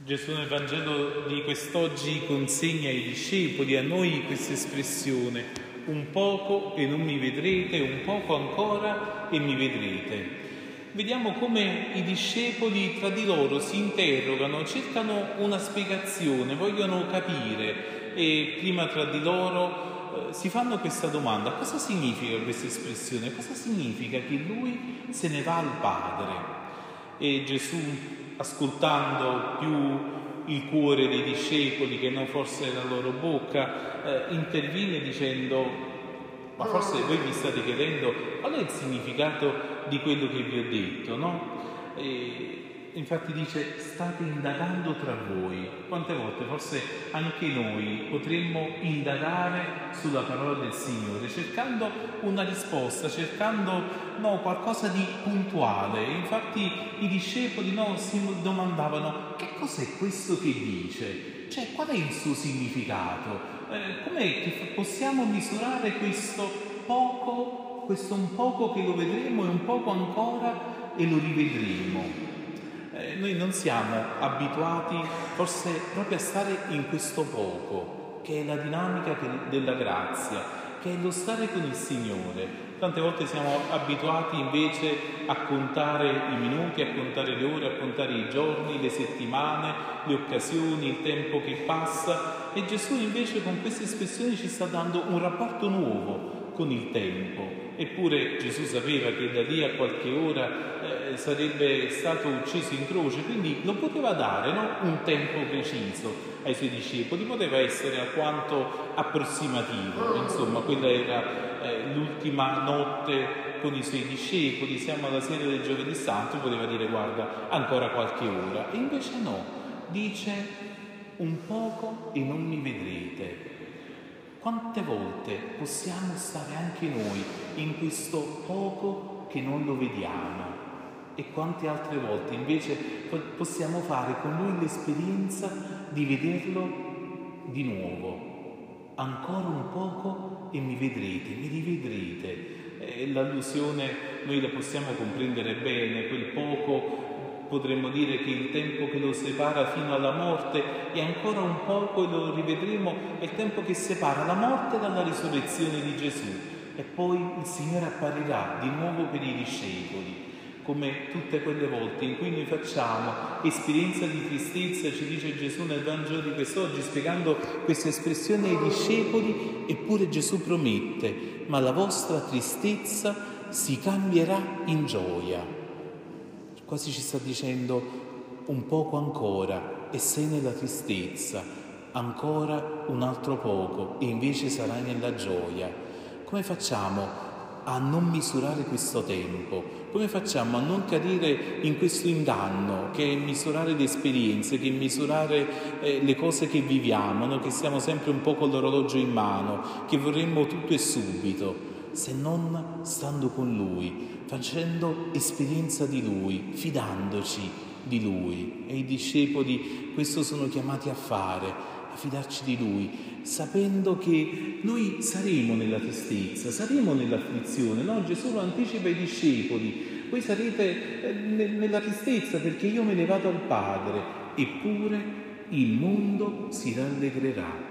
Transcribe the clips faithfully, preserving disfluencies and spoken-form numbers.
Gesù nel Vangelo di quest'oggi consegna ai discepoli, a noi, questa espressione: un poco e non mi vedrete, un poco ancora e mi vedrete. Vediamo come i discepoli tra di loro si interrogano, cercano una spiegazione, vogliono capire e prima tra di loro eh, si fanno questa domanda: cosa significa questa espressione? Cosa significa che lui se ne va al Padre? E Gesù, ascoltando più il cuore dei discepoli che non forse la loro bocca, eh, interviene dicendo: ma forse voi vi state chiedendo qual è il significato di quello che vi ho detto, no? E infatti dice: state indagando tra voi. Quante volte forse anche noi potremmo indagare sulla parola del Signore, cercando una risposta, cercando no, qualcosa di puntuale. Infatti i discepoli no, si domandavano: che cos'è questo che dice? Cioè, qual è il suo significato? Eh, com'è che possiamo misurare questo poco, questo un poco che lo vedremo e un poco ancora e lo rivedremo? Eh, noi non siamo abituati forse proprio a stare in questo poco, che è la dinamica della grazia, che è lo stare con il Signore. Tante volte siamo abituati invece a contare i minuti, a contare le ore, a contare i giorni, le settimane, le occasioni, il tempo che passa, e Gesù invece con queste espressioni ci sta dando un rapporto nuovo con il tempo. Eppure Gesù sapeva che da lì a qualche ora eh, sarebbe stato ucciso in croce, quindi lo poteva dare, no? Un tempo preciso ai suoi discepoli, poteva essere alquanto approssimativo. Insomma, quella era eh, l'ultima notte con i suoi discepoli, siamo alla sera del Giovedì Santo, poteva dire: guarda, ancora qualche ora. E invece no, dice: un poco e non mi vedrete. Quante volte possiamo stare anche noi in questo poco che non lo vediamo, e quante altre volte invece possiamo fare con lui l'esperienza di vederlo di nuovo. Ancora un poco e mi vedrete, mi rivedrete. Eh, l'allusione noi la possiamo comprendere bene, quel poco potremmo dire che il tempo che lo separa fino alla morte, e ancora un poco e lo rivedremo, è il tempo che separa la morte dalla risurrezione di Gesù, e poi il Signore apparirà di nuovo per i discepoli. Come tutte quelle volte in cui noi facciamo esperienza di tristezza, ci dice Gesù nel Vangelo di quest'oggi, spiegando questa espressione ai discepoli, eppure Gesù promette: ma la vostra tristezza si cambierà in gioia. Quasi ci sta dicendo: un poco ancora e sei nella tristezza, ancora un altro poco e invece sarai nella gioia. Come facciamo a non misurare questo tempo? Come facciamo a non cadere in questo inganno che è misurare le esperienze, che è misurare eh, le cose che viviamo, no? Che siamo sempre un po' con l'orologio in mano, che vorremmo tutto e subito, se non stando con Lui, facendo esperienza di Lui, fidandoci di Lui. E i discepoli questo sono chiamati a fare, a fidarci di Lui, sapendo che noi saremo nella tristezza, saremo nell'afflizione, no? Gesù lo anticipa ai discepoli: voi sarete nella tristezza perché io me ne vado al Padre, eppure il mondo si rallegrerà.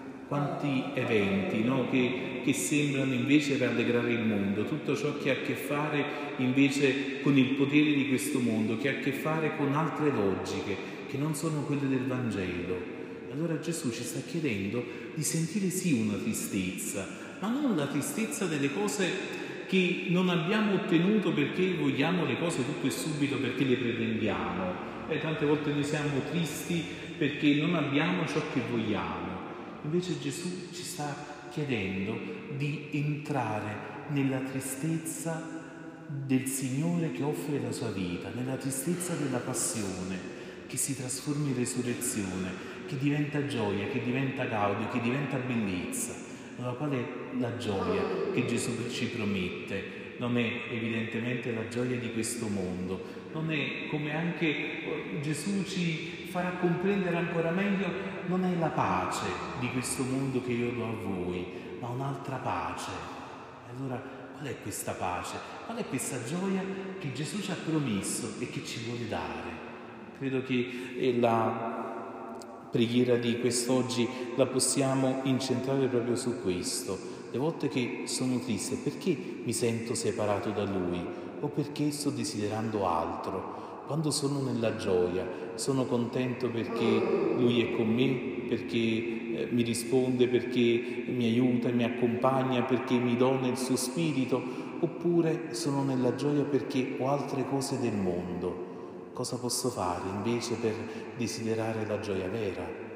Quanti eventi, no? che, che sembrano invece rallegrare il mondo, tutto ciò che ha a che fare invece con il potere di questo mondo, che ha a che fare con altre logiche che non sono quelle del Vangelo. Allora Gesù ci sta chiedendo di sentire sì una tristezza, ma non la tristezza delle cose che non abbiamo ottenuto perché vogliamo le cose tutto e subito, perché le pretendiamo. E tante volte noi siamo tristi perché non abbiamo ciò che vogliamo. Invece Gesù ci sta chiedendo di entrare nella tristezza del Signore che offre la sua vita, nella tristezza della passione, che si trasforma in resurrezione, che diventa gioia, che diventa gaudio, che diventa bellezza. Allora, qual è la gioia che Gesù ci promette? Non è evidentemente la gioia di questo mondo, non è, come anche Gesù ci farà comprendere ancora meglio, non è la pace di questo mondo che io do a voi, ma un'altra pace. Allora, qual è questa pace? Qual è questa gioia che Gesù ci ha promesso e che ci vuole dare? Credo che la preghiera di quest'oggi la possiamo incentrare proprio su questo. Le volte che sono triste, perché mi sento separato da Lui o perché sto desiderando altro? Quando sono nella gioia, sono contento perché Lui è con me, perché eh, mi risponde, perché mi aiuta, mi accompagna, perché mi dona il suo spirito, oppure sono nella gioia perché ho altre cose del mondo. Cosa posso fare invece per desiderare la gioia vera?